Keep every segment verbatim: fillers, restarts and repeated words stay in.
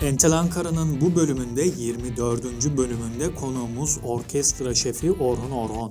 Entel Ankara'nın bu bölümünde yirmi dördüncü bölümünde konuğumuz orkestra şefi Orhun Orhon.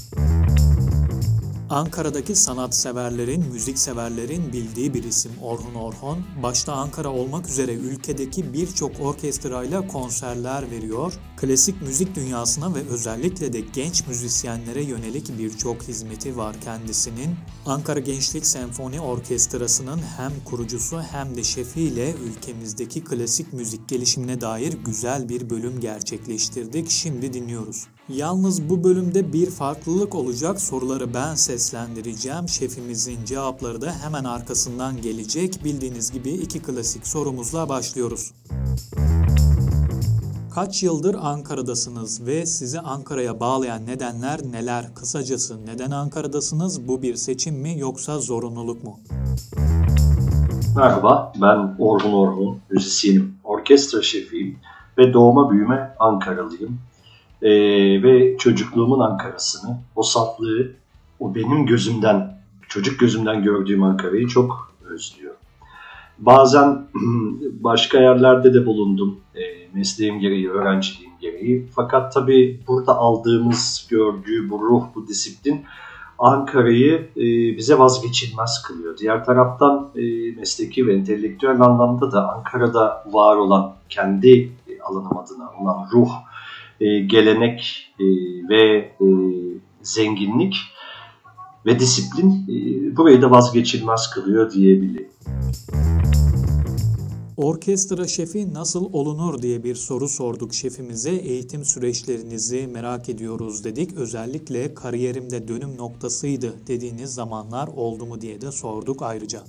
Ankara'daki sanatseverlerin, müzikseverlerin bildiği bir isim Orhun Orhon. Başta Ankara olmak üzere ülkedeki birçok orkestrayla konserler veriyor. Klasik müzik dünyasına ve özellikle de genç müzisyenlere yönelik birçok hizmeti var kendisinin. Ankara Gençlik Senfoni Orkestrası'nın hem kurucusu hem de şefiyle ülkemizdeki klasik müzik gelişimine dair güzel bir bölüm gerçekleştirdik. Şimdi dinliyoruz. Yalnız bu bölümde bir farklılık olacak. Soruları ben seslendireceğim. Şefimizin cevapları da hemen arkasından gelecek. Bildiğiniz gibi iki klasik sorumuzla başlıyoruz. Kaç yıldır Ankara'dasınız ve sizi Ankara'ya bağlayan nedenler neler? Kısacası neden Ankara'dasınız? Bu bir seçim mi yoksa zorunluluk mu? Merhaba, ben Orhun Orhun, müzisyenim, orkestra şefiyim ve doğma büyüme Ankaralıyım. Ee, ve çocukluğumun Ankara'sını, o saflığı, o benim gözümden, çocuk gözümden gördüğüm Ankara'yı çok özlüyorum. Bazen başka yerlerde de bulundum, e, mesleğim gereği, öğrenciliğim gereği. Fakat tabii burada aldığımız görgü, bu ruh, bu disiplin Ankara'yı e, bize vazgeçilmez kılıyor. Diğer taraftan e, mesleki ve entelektüel anlamda da Ankara'da var olan, kendi alanım adına olan ruh, E, gelenek e, ve e, zenginlik ve disiplin e, burayı da vazgeçilmez kılıyor diyebilirim. Orkestra şefi nasıl olunur diye bir soru sorduk şefimize. Eğitim süreçlerinizi merak ediyoruz dedik. Özellikle kariyerimde dönüm noktasıydı dediğiniz zamanlar oldu mu diye de sorduk ayrıca.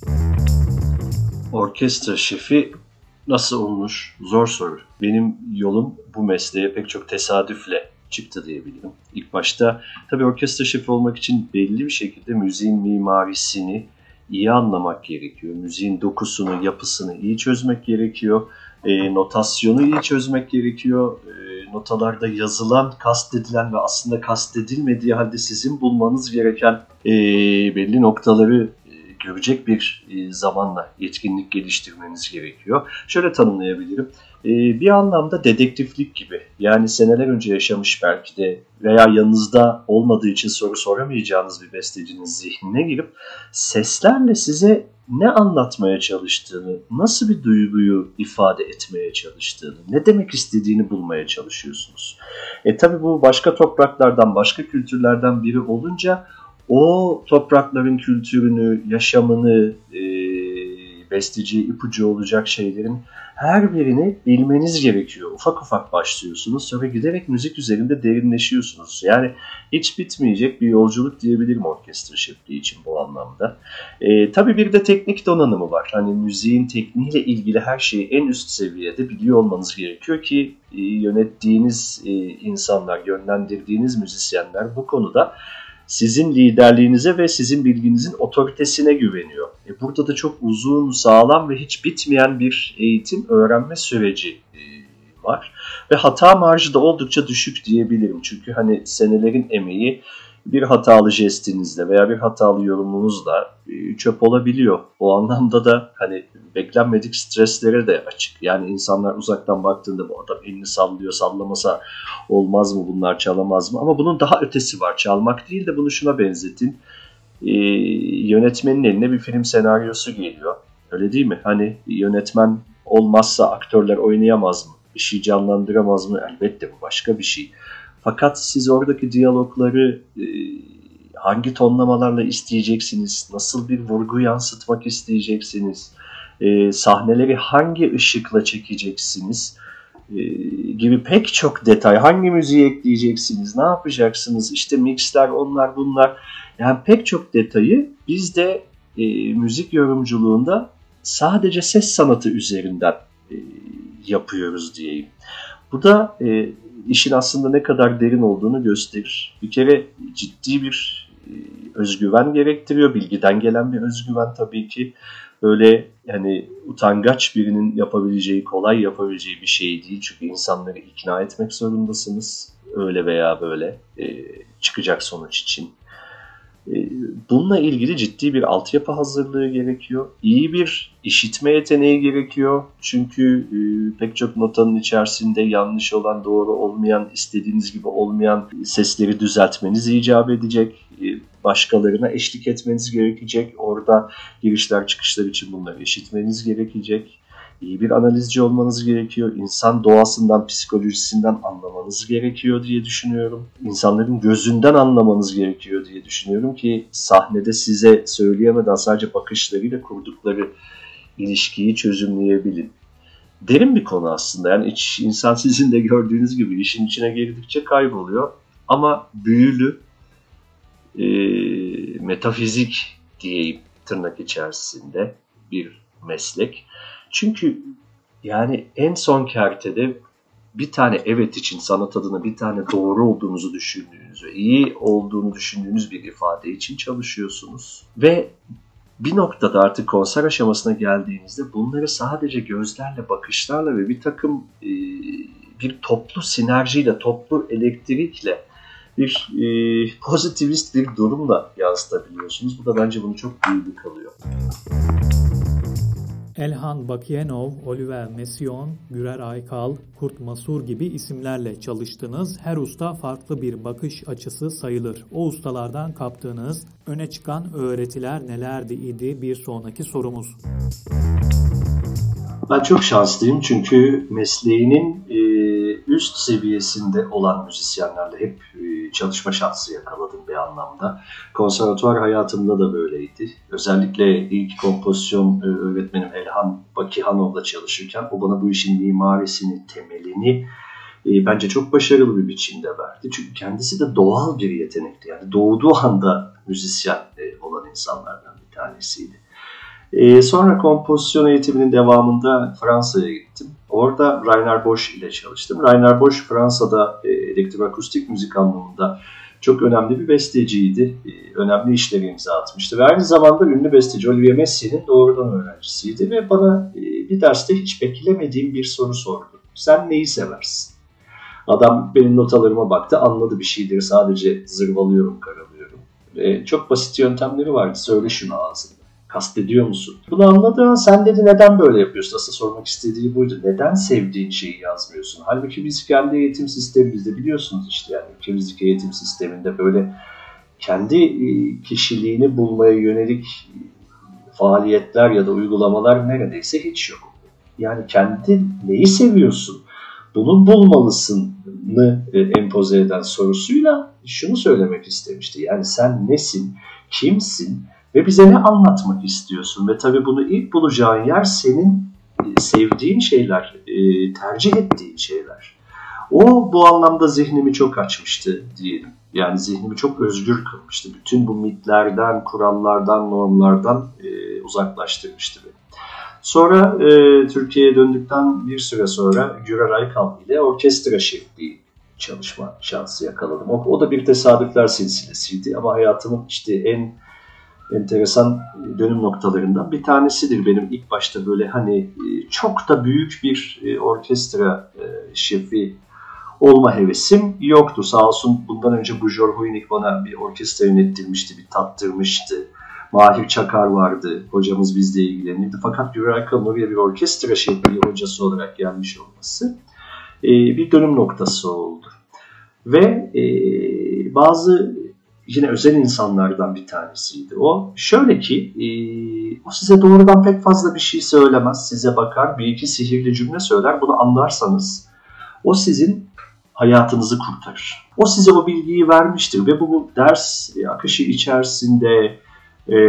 Orkestra şefi nasıl olunur? Zor soru. Benim yolum bu mesleğe pek çok tesadüfle çıktı diyebilirim. İlk başta tabii orkestra şefi olmak için belli bir şekilde müziğin mimarisini iyi anlamak gerekiyor. Müziğin dokusunu, yapısını iyi çözmek gerekiyor. E, notasyonu iyi çözmek gerekiyor. E, notalarda yazılan, kastedilen ve aslında kastedilmediği halde sizin bulmanız gereken e, belli noktaları görecek bir zamanla yetkinlik geliştirmeniz gerekiyor. Şöyle tanımlayabilirim. Bir anlamda dedektiflik gibi. Yani seneler önce yaşamış belki de veya yanınızda olmadığı için soru soramayacağınız bir bestecinin zihnine girip seslerle size ne anlatmaya çalıştığını, nasıl bir duyguyu ifade etmeye çalıştığını, ne demek istediğini bulmaya çalışıyorsunuz. E tabii bu başka topraklardan, başka kültürlerden biri olunca o toprakların kültürünü, yaşamını, e, besteciye ipucu olacak şeylerin her birini bilmeniz gerekiyor. Ufak ufak başlıyorsunuz, sonra giderek müzik üzerinde derinleşiyorsunuz. Yani hiç bitmeyecek bir yolculuk diyebilirim orkestra şefliği için bu anlamda. E, tabii bir de teknik donanımı var. Hani müziğin tekniğiyle ilgili her şeyi en üst seviyede biliyor olmanız gerekiyor ki e, yönettiğiniz e, insanlar, yönlendirdiğiniz müzisyenler bu konuda sizin liderliğinize ve sizin bilginizin otoritesine güveniyor. E burada da çok uzun, sağlam ve hiç bitmeyen bir eğitim, öğrenme süreci e, var. Ve hata marjı da oldukça düşük diyebilirim. Çünkü hani senelerin emeği bir hatalı jestinizle veya bir hatalı yorumunuzla e, çöp olabiliyor. O anlamda da hani beklenmedik streslere de açık. Yani insanlar uzaktan baktığında bu adam elini sallıyor, sallamasa olmaz mı, bunlar çalamaz mı? Ama bunun daha ötesi var. Çalmak değil de bunu şuna benzetin. Ee, yönetmenin eline bir film senaryosu geliyor. Öyle değil mi? Hani yönetmen olmazsa aktörler oynayamaz mı? Bir şey canlandıramaz mı? Elbette bu başka bir şey. Fakat siz oradaki diyalogları e, hangi tonlamalarla isteyeceksiniz? Nasıl bir vurgu yansıtmak isteyeceksiniz? E, sahneleri hangi ışıkla çekeceksiniz? E, gibi pek çok detay. Hangi müziği ekleyeceksiniz? Ne yapacaksınız? İşte mixler, onlar bunlar. Yani pek çok detayı biz de e, müzik yorumculuğunda sadece ses sanatı üzerinden e, yapıyoruz diyeyim. Bu da e, işin aslında ne kadar derin olduğunu gösterir. Bir kere ciddi bir e, özgüven gerektiriyor. Bilgiden gelen bir özgüven tabii ki. Böyle yani utangaç birinin yapabileceği, kolay yapabileceği bir şey değil. Çünkü insanları ikna etmek zorundasınız. Öyle veya böyle e, çıkacak sonuç için. Bununla ilgili ciddi bir altyapı hazırlığı gerekiyor. İyi bir işitme yeteneği gerekiyor. Çünkü e, pek çok notanın içerisinde yanlış olan, doğru olmayan, istediğiniz gibi olmayan sesleri düzeltmeniz icap edecek. E, başkalarına eşlik etmeniz gerekecek. Orada girişler çıkışlar için bunları işitmeniz gerekecek. İyi bir analizci olmanız gerekiyor. İnsan doğasından, psikolojisinden anlamanız gerekiyor diye düşünüyorum. İnsanların gözünden anlamanız gerekiyor diye düşünüyorum ki sahnede size söyleyemeden sadece bakışlarıyla kurdukları ilişkiyi çözümleyebilin. Derin bir konu aslında. Yani iç, insan sizin de gördüğünüz gibi işin içine girdikçe kayboluyor. Ama büyülü, e, metafizik diyeyim tırnak içerisinde bir meslek. Çünkü yani en son kertede bir tane evet için sanat adına bir tane doğru olduğunuzu düşündüğünüz ve iyi olduğunu düşündüğünüz bir ifade için çalışıyorsunuz. Ve bir noktada artık konser aşamasına geldiğinizde bunları sadece gözlerle, bakışlarla ve bir takım e, bir toplu sinerjiyle, toplu elektrikle bir e, pozitivist bir durumla yansıtabiliyorsunuz. Bu da bence bunu çok büyülü kalıyor. Elhan Bakienov, Oliver Messiaen, Gürer Aykal, Kurt Masur gibi isimlerle çalıştınız. Her usta farklı bir bakış açısı sayılır. O ustalardan kaptığınız öne çıkan öğretiler nelerdi idi bir sonraki sorumuz. Ben çok şanslıyım çünkü mesleğinin e, üst seviyesinde olan müzisyenlerle hep e, çalışma şansı yakaladım bir anlamda. Konservatuvar hayatımda da böyleydi. Özellikle ilk kompozisyon e, öğretmenim Elhan Bakihanov'la çalışırken o bana bu işin mimarisini, temelini e, bence çok başarılı bir biçimde verdi. Çünkü kendisi de doğal bir yetenekti. Yani doğduğu anda müzisyen e, olan insanlardan bir tanesiydi. Ee, sonra kompozisyon eğitiminin devamında Fransa'ya gittim. Orada Rainer Bosch ile çalıştım. Rainer Bosch Fransa'da e, elektroakustik müzik anlamında çok önemli bir besteciydi. E, önemli işleri imza atmıştı. Ve aynı zamanda ünlü besteci Olivier Messiaen'in doğrudan öğrencisiydi. Ve bana e, bir derste hiç beklemediğim bir soru sordu. Sen neyi seversin? Adam benim notalarıma baktı, anladı bir şeyleri sadece zırvalıyorum, karalıyorum. E, çok basit yöntemleri vardı. Söyle şunu ağzında. Kastediyor musun? Bunu anladığın sen dedi neden böyle yapıyorsun? Aslında sormak istediği buydu. Neden sevdiğin şeyi yazmıyorsun? Halbuki biz kendi eğitim sistemimizde biliyorsunuz işte yani ülkemizdeki eğitim sisteminde böyle kendi kişiliğini bulmaya yönelik faaliyetler ya da uygulamalar neredeyse hiç yok. Yani kendi neyi seviyorsun? Bunu bulmalısını empoze eden sorusuyla şunu söylemek istemişti. Yani sen nesin? Kimsin? Ve bize ne anlatmak istiyorsun? Ve tabii bunu ilk bulacağın yer senin sevdiğin şeyler, tercih ettiğin şeyler. O bu anlamda zihnimi çok açmıştı diyelim. Yani zihnimi çok özgür kılmıştı. Bütün bu mitlerden, kurallardan, normlardan uzaklaştırmıştı beni. Sonra e, Türkiye'ye döndükten bir süre sonra Gürer Aykal ile orkestra şefliği çalışma şansı yakaladım. O, o da bir tesadüfler silsilesiydi ama hayatımın işte en enteresan dönüm noktalarından bir tanesidir. Benim ilk başta böyle hani çok da büyük bir orkestra şefi olma hevesim yoktu. Sağ olsun bundan önce Bujor Huynik bana bir orkestra yönettirmişti, bir tattırmıştı. Mahir Çakar vardı, hocamız bizle ilgilenirdi. Fakat Gürer Aykal'ın oraya bir orkestra şefliği hocası olarak gelmiş olması bir dönüm noktası oldu. Ve bazı yine özel insanlardan bir tanesiydi o. Şöyle ki e, o size doğrudan pek fazla bir şey söylemez. Size bakar, bir iki sihirli cümle söyler. Bunu anlarsanız o sizin hayatınızı kurtarır. O size o bilgiyi vermiştir ve bu ders akışı içerisinde e,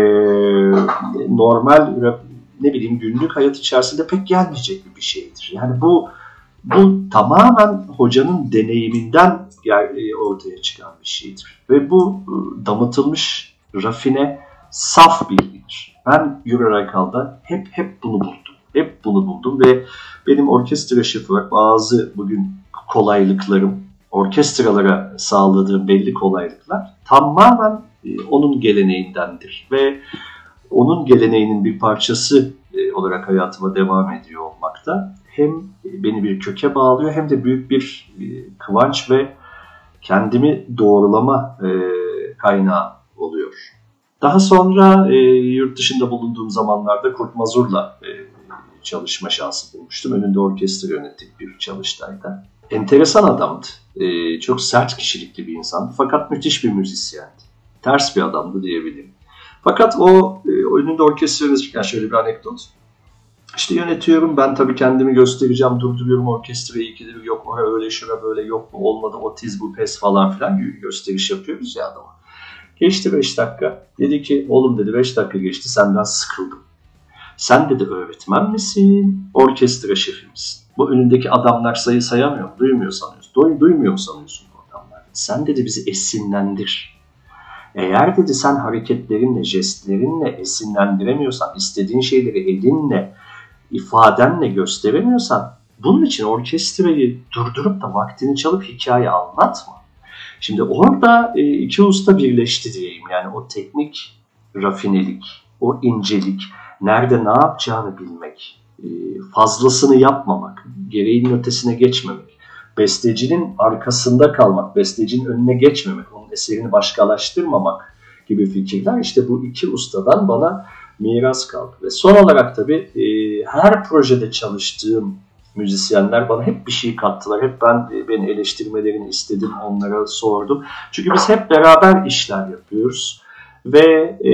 normal ne bileyim günlük hayat içerisinde pek gelmeyecek bir şeydir. Yani bu bu tamamen hocanın deneyiminden ortaya çıkan bir şeydir. Ve bu damıtılmış, rafine, saf bilgidir. Ben Gürer Aykal'da hep hep bunu buldum. Hep bunu buldum ve benim orkestra şefi olarak bazı bugün kolaylıklarım, orkestralara sağladığım belli kolaylıklar tamamen onun geleneğindendir. Ve onun geleneğinin bir parçası olarak hayatıma devam ediyor olmakta hem beni bir köke bağlıyor hem de büyük bir kıvanç ve kendimi doğrulama kaynağı oluyor. Daha sonra e, yurt dışında bulunduğum zamanlarda Kurt Mazur'la e, çalışma şansı bulmuştum. Önünde orkestra yönettik bir çalıştayda. Enteresan adamdı. E, çok sert kişilikli bir insandı. Fakat müthiş bir müzisyendi. Ters bir adamdı diyebilirim. Fakat o e, önünde orkestra yönetirken şöyle bir anekdot. İşte yönetiyorum, ben tabii kendimi göstereceğim, durduruyorum orkestrayı, ikidir yok, o öyle şura böyle yok mu, olmadı, o tiz bu pes falan filan gösteriş yapıyoruz ya adama. Geçti beş dakika. Dedi ki oğlum dedi beş dakika geçti senden sıkıldım. Sen dedi öğretmen misin? Orkestra şefi misin? Bu önündeki adamlar sayı sayamıyor. Duymuyor sanıyorsun. Duy, duymuyor mu sanıyorsun bu adamlar? Sen dedi bizi esinlendir. Eğer dedi sen hareketlerinle, jestlerinle esinlendiremiyorsan, istediğin şeyleri elinle, ifadenle gösteremiyorsan bunun için orkestrayı durdurup da vaktini çalıp hikaye anlatma. Şimdi orada iki usta birleşti diyeyim. Yani o teknik rafinelik, o incelik, nerede ne yapacağını bilmek, fazlasını yapmamak, gereğinin ötesine geçmemek, bestecinin arkasında kalmak, bestecinin önüne geçmemek, onun eserini başkalaştırmamak gibi fikirler işte bu iki ustadan bana miras kaldı. Ve son olarak tabii her projede çalıştığım müzisyenler bana hep bir şey kattılar. Hep ben beni eleştirmelerini istedim, onlara sordum. Çünkü biz hep beraber işler yapıyoruz. Ve e,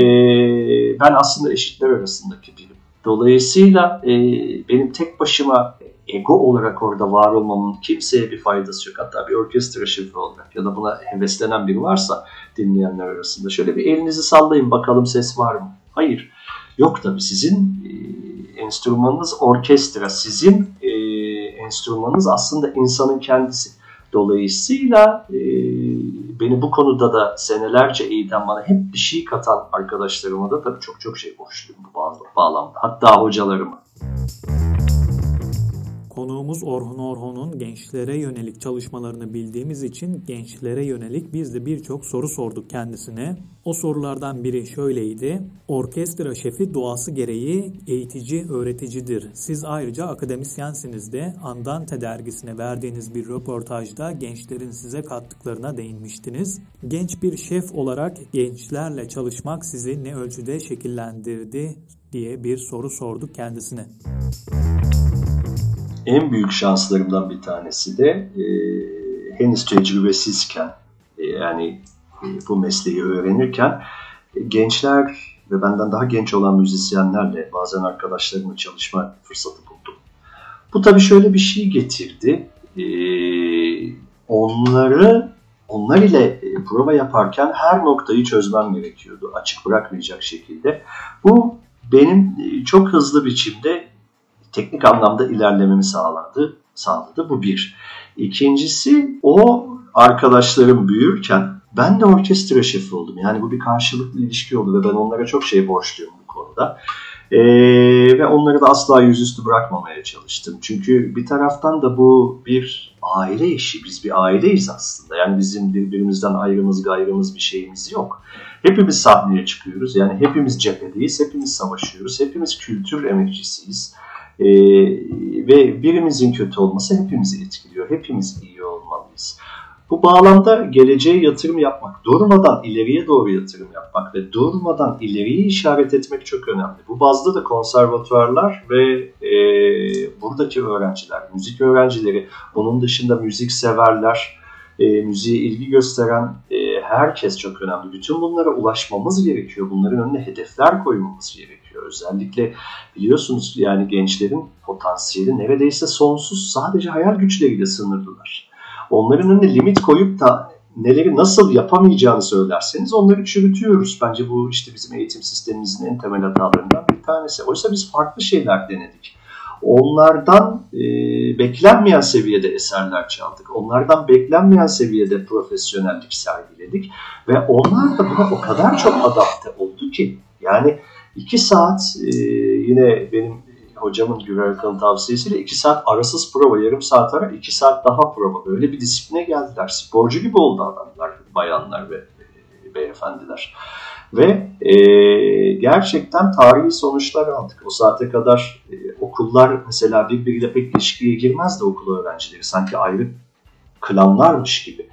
ben aslında eşitler arasındaki birim. Dolayısıyla e, benim tek başıma ego olarak orada var olmamın kimseye bir faydası yok. Hatta bir orkestra şefi olarak ya da buna heveslenen biri varsa dinleyenler arasında şöyle bir elinizi sallayın bakalım ses var mı? Hayır. Yok tabii sizin e, enstrümanınız orkestra, sizin e, enstrümanınız aslında insanın kendisi. Dolayısıyla e, beni bu konuda da senelerce eğiten, bana hep bir şey katan arkadaşlarıma da tabii çok çok şey borçluyum bu bağlamda. Hatta hocalarıma. Konuğumuz Orhun Orhun'un gençlere yönelik çalışmalarını bildiğimiz için gençlere yönelik biz de birçok soru sorduk kendisine. O sorulardan biri şöyleydi. Orkestra şefi doğası gereği eğitici, öğreticidir. Siz ayrıca akademisyensiniz de Andante dergisine verdiğiniz bir röportajda gençlerin size kattıklarına değinmiştiniz. Genç bir şef olarak gençlerle çalışmak sizi ne ölçüde şekillendirdi diye bir soru sorduk kendisine. En büyük şanslarımdan bir tanesi de e, henüz tecrübesizken e, yani e, bu mesleği öğrenirken e, gençler ve benden daha genç olan müzisyenlerle bazen arkadaşlarımla çalışma fırsatı buldum. Bu tabii şöyle bir şey getirdi. E, onları onlar ile e, prova yaparken her noktayı çözmem gerekiyordu açık bırakmayacak şekilde. Bu benim e, çok hızlı biçimde teknik anlamda ilerlememi sağladı. sağladı. Bu bir. İkincisi o arkadaşlarım büyürken ben de orkestra şefi oldum. Yani bu bir karşılıklı ilişki oldu ve ben onlara çok şey borçluyum bu konuda. Ee, ve onları da asla yüzüstü bırakmamaya çalıştım. Çünkü bir taraftan da bu bir aile işi. Biz bir aileyiz aslında. Yani bizim birbirimizden ayrımız gayrımız bir şeyimiz yok. Hepimiz sahneye çıkıyoruz. Yani hepimiz cephedeyiz. Hepimiz savaşıyoruz. Hepimiz kültür emekçisiyiz. Ee, ve birimizin kötü olması hepimizi etkiliyor. Hepimiz iyi olmalıyız. Bu bağlamda geleceğe yatırım yapmak, durmadan ileriye doğru yatırım yapmak ve durmadan ileriye işaret etmek çok önemli. Bu bazda da konservatuvarlar ve e, buradaki öğrenciler, müzik öğrencileri, onun dışında müzik severler, e, müziğe ilgi gösteren e, herkes çok önemli. Bütün bunlara ulaşmamız gerekiyor. Bunların önüne hedefler koymamız gerekiyor. Özellikle biliyorsunuz yani gençlerin potansiyeli neredeyse sonsuz. Sadece hayal güçleriyle sınırlılar. Onların önüne limit koyup da neleri nasıl yapamayacağını söylerseniz onları çürütüyoruz. Bence bu işte bizim eğitim sistemimizin en temel hatalarından bir tanesi. Oysa biz farklı şeyler denedik. Onlardan e, beklenmeyen seviyede eserler çaldık. Onlardan beklenmeyen seviyede profesyonellik sergiledik. Ve onlar da buna o kadar çok adapte oldu ki. Yani iki saat e, yine benim hocamın Gürer Akalın tavsiyesiyle iki saat arasız prova, yarım saat ara, iki saat daha prova. Böyle bir disipline geldiler. Sporcu gibi oldu adamlar, bayanlar ve e, beyefendiler. Ve e, gerçekten tarihi sonuçlar aldık. O saate kadar e, okullar mesela birbiriyle pek ilişkiye girmezdi okul öğrencileri. Sanki ayrı klanlarmış gibi.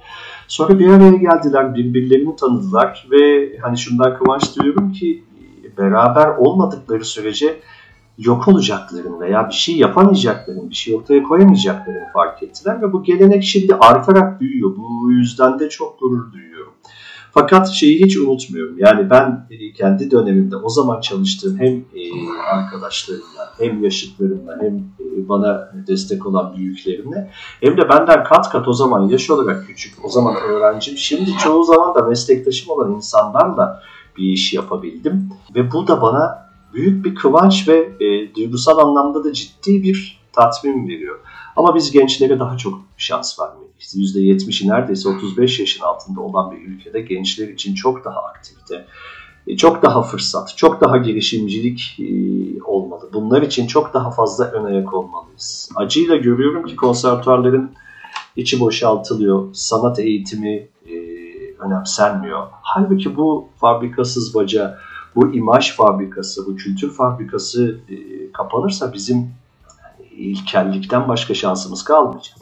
Sonra bir araya geldiler, birbirlerini tanıdılar ve hani şundan kıvanç duyuyorum ki beraber olmadıkları sürece yok olacaklarını veya bir şey yapamayacaklarını, bir şey ortaya koyamayacaklarını fark ettiler ve bu gelenek şimdi artarak büyüyor. Bu yüzden de çok gurur duyuyorum. Fakat şeyi hiç unutmuyorum. Yani ben kendi dönemimde o zaman çalıştığım hem arkadaşlarımla, hem yaşıtlarımla, hem bana destek olan büyüklerimle, hem de benden kat kat o zaman yaş olarak küçük, o zaman öğrencim, şimdi çoğu zaman da meslektaşım olan insanlarla bir iş yapabildim. Ve bu da bana büyük bir kıvanç ve e, duygusal anlamda da ciddi bir tatmin veriyor. Ama biz gençlere daha çok şans vermeliyiz. yüzde yetmişi neredeyse otuz beş yaşın altında olan bir ülkede gençler için çok daha aktivite, e, çok daha fırsat, çok daha girişimcilik e, olmalı. Bunlar için çok daha fazla ön ayak olmalıyız. Acıyla görüyorum ki konservatuarların içi boşaltılıyor, sanat eğitimi e, önemsenmiyor. Halbuki bu fabrikasız baca, bu imaj fabrikası, bu kültür fabrikası e, kapanırsa bizim yani, ilkellikten başka şansımız kalmayacak.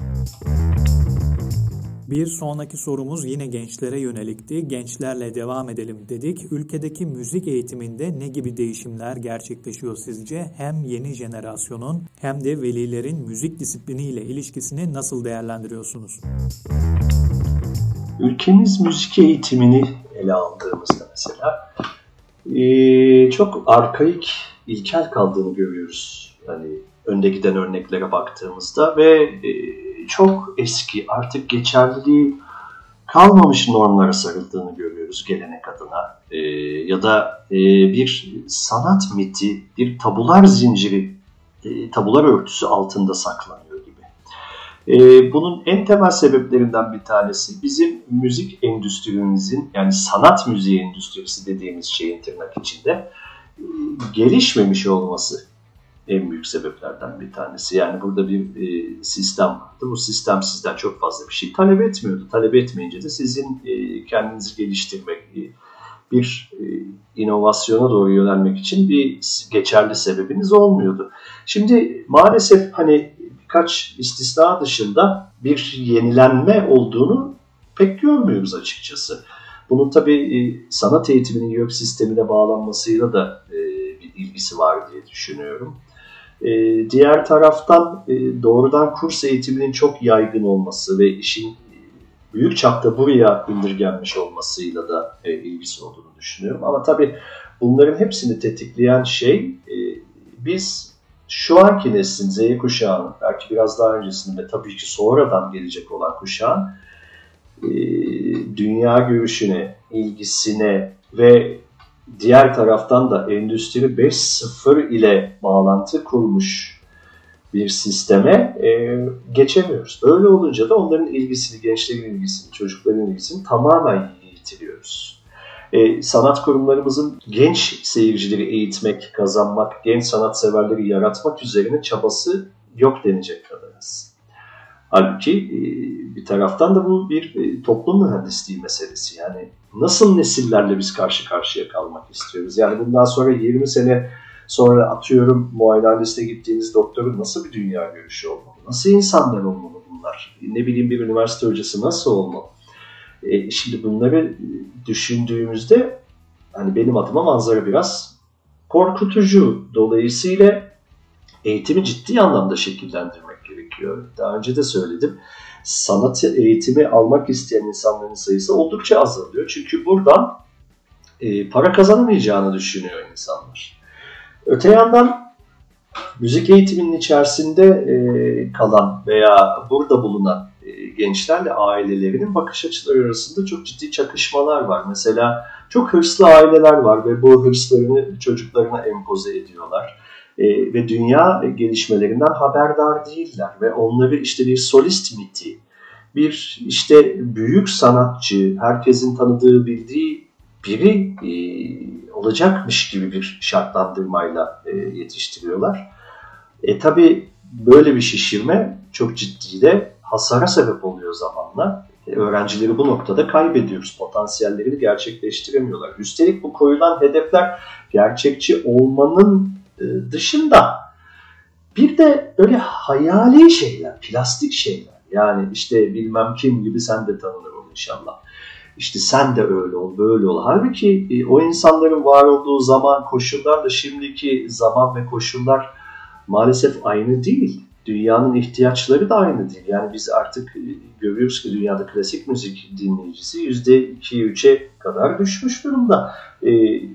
Bir sonraki sorumuz yine gençlere yönelikti. Gençlerle devam edelim dedik. Ülkedeki müzik eğitiminde ne gibi değişimler gerçekleşiyor sizce? Hem yeni jenerasyonun hem de velilerin müzik disipliniyle ilişkisini nasıl değerlendiriyorsunuz? Ülkemiz müzik eğitimini ele aldığımızda mesela Ee, çok arkaik, ilkel kaldığını görüyoruz. Yani önde giden örneklere baktığımızda ve e, çok eski, artık geçerliliği kalmamış normlara sarıldığını görüyoruz gelenek adına. E, ya da e, bir sanat miti, bir tabular zinciri, e, tabular örtüsü altında saklanıyor gibi. E, bunun en temel sebeplerinden bir tanesi bizim müzik endüstrimizin, yani sanat müziği endüstrisi dediğimiz şeyin tırnak içinde e, gelişmemiş olması en büyük sebeplerden bir tanesi. Yani burada bir e, sistem vardı. Bu sistem sizden çok fazla bir şey talep etmiyordu. Talep etmeyince de sizin e, kendinizi geliştirmek, e, bir e, inovasyona doğru yönelmek için bir geçerli sebebiniz olmuyordu. Şimdi maalesef hani birkaç istisna dışında bir yenilenme olduğunu pek görmüyoruz açıkçası. Bunun tabii sanat eğitiminin YÖK sistemine bağlanmasıyla da bir ilgisi var diye düşünüyorum. Diğer taraftan doğrudan kurs eğitiminin çok yaygın olması ve işin büyük çapta buraya indirgenmiş olmasıyla da ilgisi olduğunu düşünüyorum. Ama tabii bunların hepsini tetikleyen şey biz şu anki neslin, Z kuşağının, belki biraz daha öncesinde ve tabii ki sonradan gelecek olan kuşağın e, dünya görüşüne, ilgisine ve diğer taraftan da Endüstri beş nokta sıfır ile bağlantı kurmuş bir sisteme e, geçemiyoruz. Öyle olunca da onların ilgisini, gençlerin ilgisini, çocukların ilgisini tamamen yitiriyoruz. E, sanat kurumlarımızın genç seyircileri eğitmek, kazanmak, genç sanatseverleri yaratmak üzerine çabası yok denecek kadar az. Halbuki e, bir taraftan da bu bir e, toplum mühendisliği meselesi. Yani nasıl nesillerle biz karşı karşıya kalmak istiyoruz? Yani bundan sonra yirmi sene sonra atıyorum muayenehanesine gittiğiniz doktorun nasıl bir dünya görüşü olmalı? Nasıl insanlar olmalı bunlar? Ne bileyim bir üniversite hocası nasıl olmalı? E, şimdi bunları düşündüğümüzde hani benim adıma manzara biraz korkutucu. Dolayısıyla eğitimi ciddi anlamda şekillendirmek gerekiyor. Daha önce de söyledim. Sanat eğitimi almak isteyen insanların sayısı oldukça azalıyor. Çünkü buradan e, para kazanamayacağını düşünüyor insanlar. Öte yandan müzik eğitiminin içerisinde e, kalan veya burada bulunan e, gençlerle ailelerinin bakış açıları arasında çok ciddi çakışmalar var. Mesela çok hırslı aileler var ve bu hırslarını çocuklarına empoze ediyorlar. E, ve dünya gelişmelerinden haberdar değiller ve onları işte bir solist miti, bir işte büyük sanatçı, herkesin tanıdığı, bildiği biri e, olacakmış gibi bir şartlandırmayla e, yetiştiriyorlar. E tabi böyle bir şişirme çok ciddi de hasara sebep oluyor zamanla. E, öğrencileri bu noktada kaybediyoruz. Potansiyellerini gerçekleştiremiyorlar. Üstelik bu koyulan hedefler gerçekçi olmanın e, dışında bir de öyle hayali şeyler, plastik şeyler. Yani işte bilmem kim gibi sen de tanınır olursun. inşallah. İşte sen de öyle ol, böyle ol. Halbuki e, o insanların var olduğu zaman, koşullar da şimdiki zaman ve koşullar maalesef aynı değil. Dünyanın ihtiyaçları da aynı değil. Yani biz artık e, görüyoruz ki dünyada klasik müzik dinleyicisi yüzde ikiye üçe kadar düşmüş durumda. E,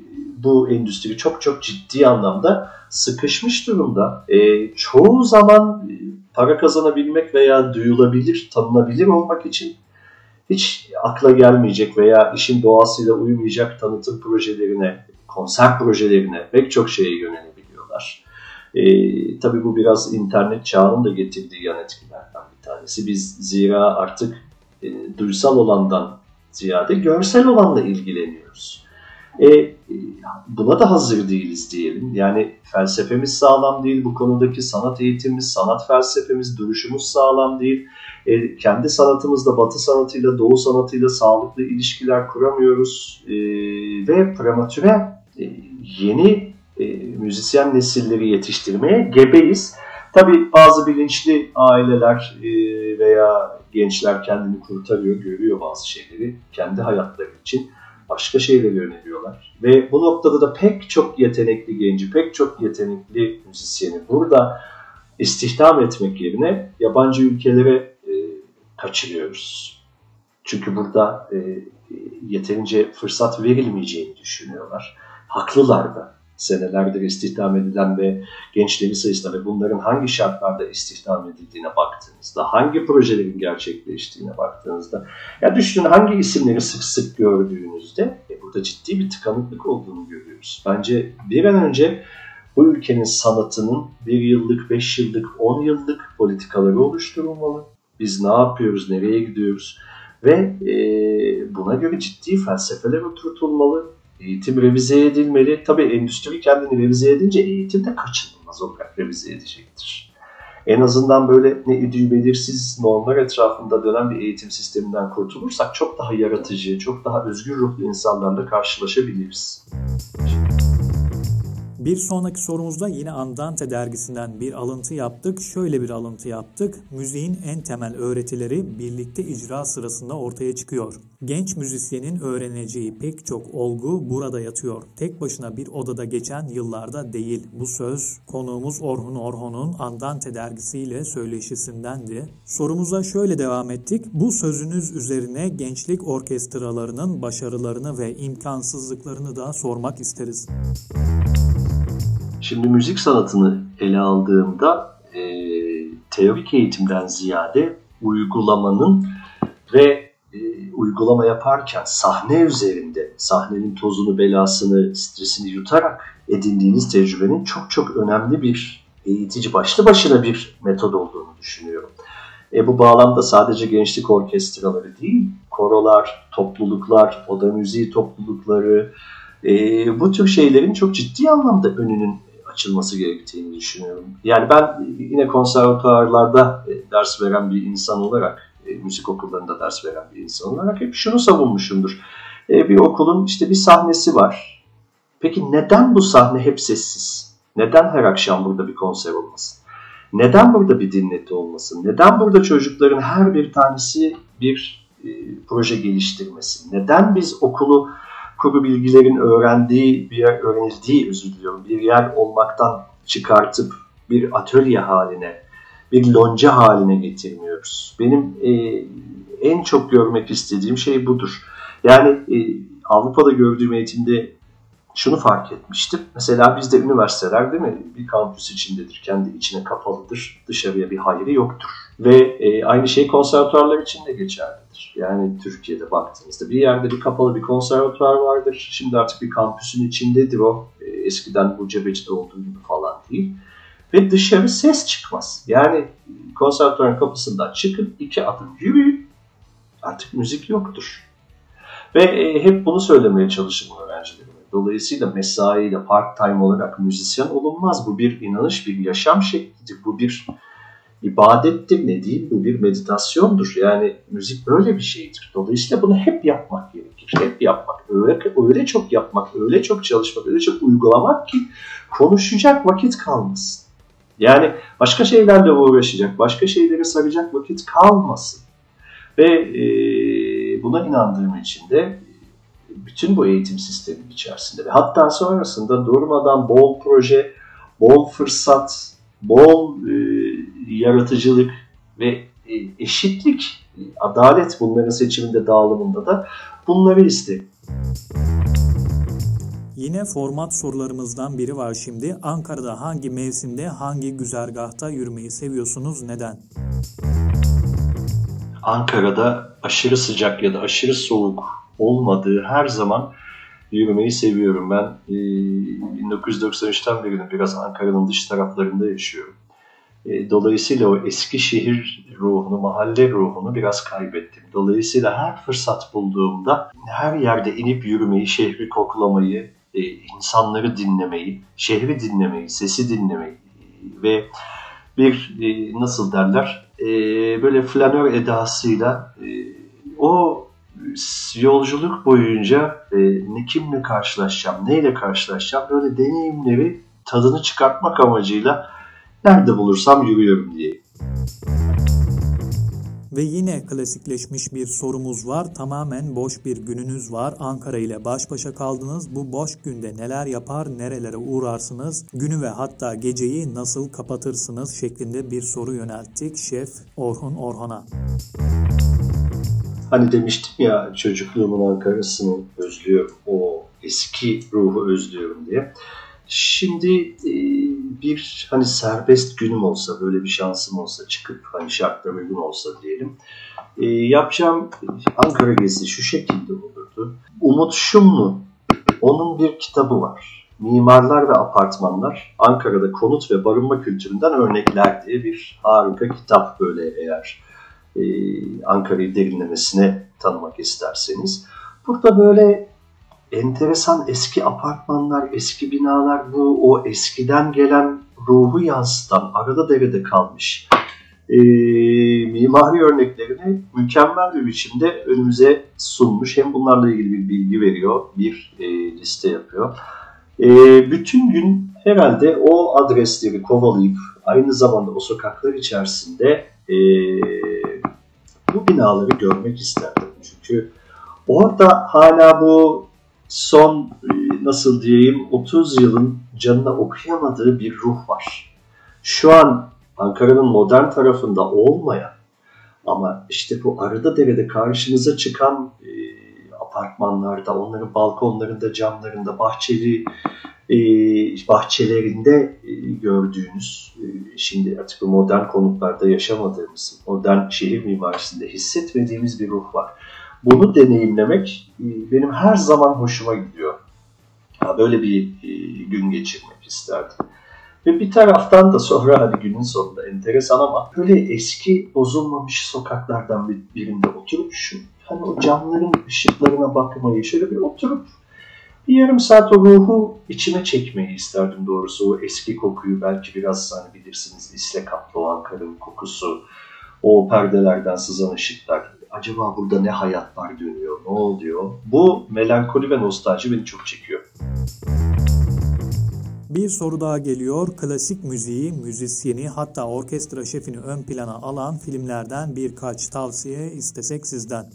bu endüstri çok çok ciddi anlamda sıkışmış durumda. E, çoğu zaman e, para kazanabilmek veya duyulabilir, tanınabilir olmak için hiç akla gelmeyecek veya işin doğasıyla uymayacak tanıtım projelerine, konser projelerine pek çok şeye yönelebiliyorlar. Ee, tabii bu biraz internet çağının da getirdiği yan etkilerden bir tanesi. Biz zira artık e, duysal olandan ziyade görsel olanla ilgileniyoruz. E, buna da hazır değiliz diyelim. Yani felsefemiz sağlam değil, bu konudaki sanat eğitimimiz, sanat felsefemiz, duruşumuz sağlam değil. E, kendi sanatımızla, Batı sanatıyla, Doğu sanatıyla sağlıklı ilişkiler kuramıyoruz. E, ve prematüre e, yeni e, müzisyen nesilleri yetiştirmeye gebeyiz. Tabii bazı bilinçli aileler e, veya gençler kendini kurtarıyor, görüyor bazı şeyleri kendi hayatları için. Başka şeylere yöneliyorlar. Ve bu noktada da pek çok yetenekli genci, pek çok yetenekli müzisyeni burada istihdam etmek yerine yabancı ülkelere e, kaçırıyoruz. Çünkü burada e, yeterince fırsat verilmeyeceğini düşünüyorlar. Haklılar da. Senelerdir istihdam edilen ve gençleri sayısına ve bunların hangi şartlarda istihdam edildiğine baktığınızda, hangi projelerin gerçekleştiğine baktığınızda, ya düşünün hangi isimleri sık sık gördüğünüzde e, burada ciddi bir tıkanıklık olduğunu görüyoruz. Bence bir an önce bu ülkenin sanatının bir yıllık, beş yıllık, on yıllık politikaları oluşturulmalı. Biz ne yapıyoruz, nereye gidiyoruz ve e, buna göre ciddi felsefeler oturtulmalı. Eğitim revize edilmeli. Tabii endüstri kendini revize edince eğitim de kaçınılmaz olarak revize edecektir. En azından böyle ne idüğü belirsiz normlar etrafında dönen bir eğitim sisteminden kurtulursak çok daha yaratıcı, çok daha özgür ruhlu insanlarla karşılaşabiliriz. Bir sonraki sorumuzda yine Andante dergisinden bir alıntı yaptık. Şöyle bir alıntı yaptık. Müziğin en temel öğretileri birlikte icra sırasında ortaya çıkıyor. Genç müzisyenin öğreneceği pek çok olgu burada yatıyor. Tek başına bir odada geçen yıllarda değil. Bu söz konuğumuz Orhun Orhon'un Andante dergisiyle söyleşisindendi. Sorumuza şöyle devam ettik. Bu sözünüz üzerine gençlik orkestralarının başarılarını ve imkansızlıklarını da sormak isteriz. Şimdi müzik sanatını ele aldığımda e, teorik eğitimden ziyade uygulamanın ve e, uygulama yaparken sahne üzerinde sahnenin tozunu, belasını, stresini yutarak edindiğiniz tecrübenin çok çok önemli bir eğitici, başlı başına bir metod olduğunu düşünüyorum. E, bu bağlamda sadece gençlik orkestraları değil, korolar, topluluklar, oda müziği toplulukları, e, bu tür şeylerin çok ciddi anlamda önünün açılması gerektiğini düşünüyorum. Yani ben yine konservatuarlarda ders veren bir insan olarak, müzik okullarında ders veren bir insan olarak hep şunu savunmuşumdur. Bir okulun işte bir sahnesi var. Peki neden bu sahne hep sessiz? Neden her akşam burada bir konser olmasın? Neden burada bir dinleti olmasın? Neden burada çocukların her bir tanesi bir e, proje geliştirmesin? Neden biz okulu kuru bilgilerin öğrendiği bir yer, öğrenildiği özür diliyorum, bir yer olmaktan çıkartıp bir atölye haline, bir lonca haline getirmiyoruz? Benim e, en çok görmek istediğim şey budur. Yani e, Avrupa'da gördüğüm eğitimde şunu fark etmiştim. Mesela bizde üniversiteler değil mi? Bir kampüs içindedir, kendi içine kapalıdır, dışarıya bir hayri yoktur. Ve e, aynı şey konservatuarlar için de geçerlidir. Yani Türkiye'de baktığımızda bir yerde bir kapalı bir konservatuar vardır. Şimdi artık bir kampüsün içindedir o. E, eskiden bu Cebeci'de olduğu gibi falan değil. Ve dışarı ses çıkmaz. Yani konservatuarın kapısından çıkın, iki adım yürüyün, artık müzik yoktur. Ve e, hep bunu söylemeye çalışırım öğrencilerime. Dolayısıyla mesaiyle part time olarak müzisyen olunmaz. Bu bir inanış, bir yaşam şeklidir. Bu bir ibadettir, ne diyeyim? Bu bir meditasyondur. Yani müzik böyle bir şeydir. Dolayısıyla bunu hep yapmak gerekir. Hep yapmak. Öyle, öyle çok yapmak, öyle çok çalışmak, öyle çok uygulamak ki konuşacak vakit kalmasın. Yani başka şeylerle uğraşacak, başka şeylere saracak vakit kalmasın. Ve e, buna inandığım için de bütün bu eğitim sistemi içerisinde ve hatta sonrasında durmadan bol proje, bol fırsat, bol e, yaratıcılık ve e, eşitlik, adalet bunların seçiminde, dağılımında da bunları isterim. Yine format sorularımızdan biri var şimdi. Ankara'da hangi mevsimde, hangi güzergahta yürümeyi seviyorsunuz, neden? Ankara'da aşırı sıcak ya da aşırı soğuk olmadığı her zaman yürümeyi seviyorum. Ben e, bin dokuz yüz doksan üçten beri biraz Ankara'nın dış taraflarında yaşıyorum. E, dolayısıyla o eski şehir ruhunu, mahalle ruhunu biraz kaybettim. Dolayısıyla her fırsat bulduğumda her yerde inip yürümeyi, şehri koklamayı, e, insanları dinlemeyi, şehri dinlemeyi, sesi dinlemeyi ve bir e, nasıl derler e, böyle flanör edasıyla e, o yolculuk boyunca e, ne kimle karşılaşacağım, neyle karşılaşacağım böyle deneyimleri tadını çıkartmak amacıyla nerede bulursam yürüyorum diye. Ve yine klasikleşmiş bir sorumuz var. Tamamen boş bir gününüz var. Ankara ile baş başa kaldınız. Bu boş günde neler yapar, nerelere uğrarsınız? Günü ve hatta geceyi nasıl kapatırsınız şeklinde bir soru yönelttik Şef Orhun Orhan'a. Hani demiştim ya çocukluğumun Ankara'sını özlüyorum, o eski ruhu özlüyorum diye. Şimdi e, bir hani serbest günüm olsa, böyle bir şansım olsa çıkıp hani şartlar uygun olsa diyelim. E, yapacağım Ankara gezisi şu şekilde olurdu. Umut Şumlu, onun bir kitabı var. Mimarlar ve Apartmanlar, Ankara'da konut ve barınma kültüründen örnekler diye bir harika kitap böyle eğer e, Ankara'yı derinlemesine tanımak isterseniz. Burada böyle enteresan eski apartmanlar, eski binalar, bu o eskiden gelen ruhu yansıtan, arada derede kalmış e, mimari örneklerini mükemmel bir biçimde önümüze sunmuş. Hem bunlarla ilgili bir bilgi veriyor, bir e, liste yapıyor. E, bütün gün herhalde o adresleri kovalayıp aynı zamanda o sokaklar içerisinde e, bu binaları görmek isterdim. Çünkü orada hala bu son nasıl diyeyim otuz yılın canına okuyamadığı bir ruh var. Şu an Ankara'nın modern tarafında olmayan ama işte bu arada derede karşınıza çıkan e, apartmanlarda, onların balkonlarında, camlarında, bahçeli e, bahçelerinde e, gördüğünüz, e, şimdi artık bu modern konutlarda yaşamadığımız, modern şehir mimarisinde hissetmediğimiz bir ruh var. Bunu deneyimlemek benim her zaman hoşuma gidiyor. Böyle bir gün geçirmek isterdim. Ve bir taraftan da sonra hani günün sonunda enteresan ama böyle eski bozulmamış sokaklardan birinde oturup şu hani o camların ışıklarına bakmayı şöyle bir oturup bir yarım saat o ruhu içime çekmeyi isterdim doğrusu. O eski kokuyu belki biraz hani bilirsiniz isle kaplı o Ankara'nın kokusu, o perdelerden sızan ışıklar. Acaba burada ne hayatlar dönüyor, ne oluyor? Bu melankoli ve nostalji beni çok çekiyor. Bir soru daha geliyor. Klasik müziği, müzisyeni hatta orkestra şefini ön plana alan filmlerden birkaç tavsiye istesek sizden.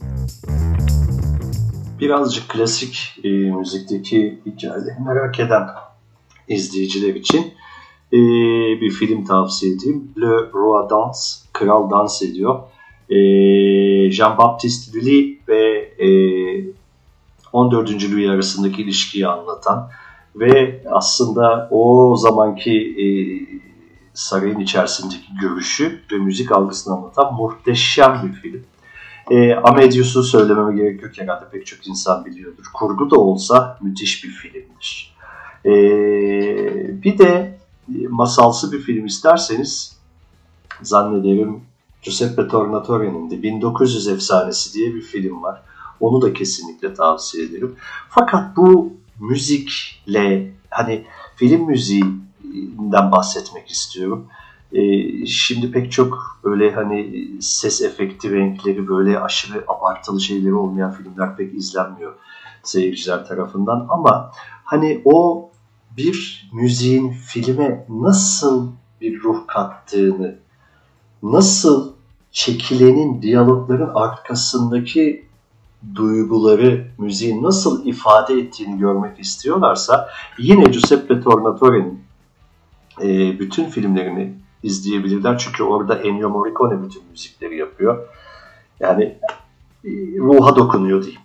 Birazcık klasik e, müzikteki hikayeleri merak eden izleyiciler için e, bir film tavsiye edeyim. Le Roi Danse, Kral Dans Ediyor. Jean-Baptiste Lully ve on dördüncü Louis arasındaki ilişkiyi anlatan ve aslında o zamanki sarayın içerisindeki görüşü ve müzik algısını anlatan muhteşem bir film. Amadeus'u söylememe gerek yok, herhalde pek çok insan biliyordur. Kurgu da olsa müthiş bir filmdir. Bir de masalsı bir film isterseniz zannederim Giuseppe Tornatore'nin de bin dokuz yüz Efsanesi diye bir film var. Onu da kesinlikle tavsiye ederim. Fakat bu müzikle, hani film müziğinden bahsetmek istiyorum. Ee, şimdi pek çok böyle hani ses efekti, renkleri böyle aşırı abartılı şeyleri olmayan filmler pek izlenmiyor seyirciler tarafından. Ama hani o bir müziğin filme nasıl bir ruh kattığını, nasıl çekilenin, diyalogların arkasındaki duyguları müziğin nasıl ifade ettiğini görmek istiyorlarsa yine Giuseppe Tornatore'nin e, bütün filmlerini izleyebilirler. Çünkü orada Ennio Morricone bütün müzikleri yapıyor. Yani e, ruha dokunuyor diyeyim.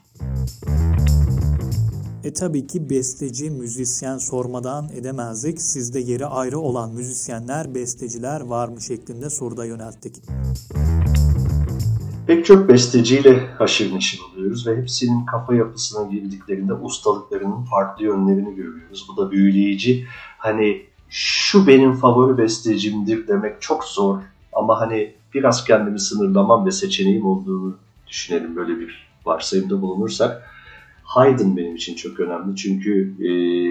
E tabii ki besteci, müzisyen sormadan edemezdik. Sizde yeri ayrı olan müzisyenler, besteciler var mı şeklinde soruda yönelttik. Pek çok besteciyle haşır neşir oluyoruz ve hepsinin kafa yapısına girdiklerinde ustalıklarının farklı yönlerini görüyoruz. Bu da büyüleyici. Hani şu benim favori bestecimdir demek çok zor ama hani biraz kendimi sınırlamam ve seçeneğim olduğunu düşünelim, böyle bir varsayımda bulunursak. Haydn benim için çok önemli çünkü e,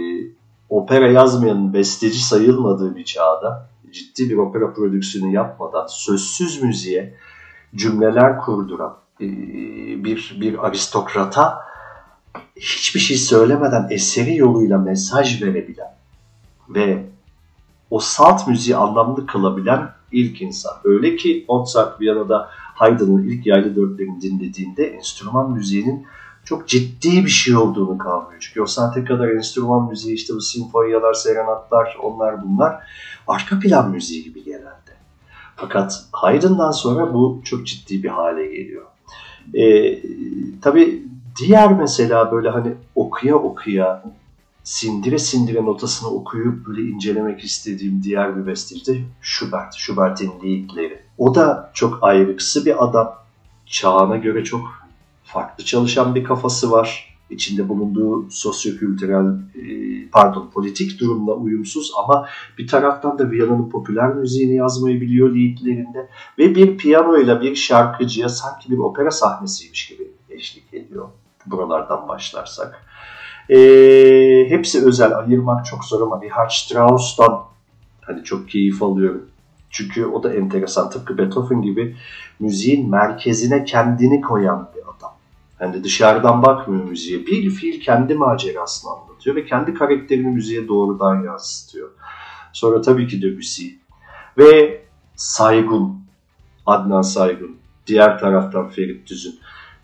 opera yazmayan besteci sayılmadığı bir çağda ciddi bir opera prodüksiyonu yapmadan sözsüz müziğe cümleler kurduran e, bir bir aristokrata hiçbir şey söylemeden eseri yoluyla mesaj verebilen ve o salt müziği anlamlı kılabilen ilk insan. Öyle ki Mozart Viyana'da Haydn'ın ilk yaylı dörtlerini dinlediğinde enstrüman müziğinin çok ciddi bir şey olduğunu kavruyor. Çünkü o saate kadar enstrüman müziği, işte bu sinfonyalar, serenatlar, onlar bunlar arka plan müziği gibi genelde. Fakat Haydn'dan sonra bu çok ciddi bir hale geliyor. Ee, tabii diğer mesela böyle hani okuya okuya, sindire sindire notasını okuyup böyle incelemek istediğim diğer bir besteci de Schubert. Schubert'in Liedleri. O da çok ayrıksı bir adam. Çağına göre çok farklı çalışan bir kafası var. İçinde bulunduğu sosyokültürel, pardon politik durumla uyumsuz ama bir taraftan da Viyana'nın popüler müziğini yazmayı biliyor Liedlerinde ve bir piyanoyla bir şarkıcıya sanki bir opera sahnesiymiş gibi eşlik ediyor. Buralardan başlarsak. E, hepsi özel, ayırmak çok zor ama Richard Strauss'tan hani çok keyif alıyorum. Çünkü o da enteresan. Tıpkı Beethoven gibi müziğin merkezine kendini koyan bir adam. Yani dışarıdan bakmıyor müziğe. Bir fiil kendi macerasını anlatıyor ve kendi karakterini müziğe doğrudan yansıtıyor. Sonra tabii ki Debussy. Ve Saygun, Adnan Saygun. Diğer taraftan Ferit Düzün.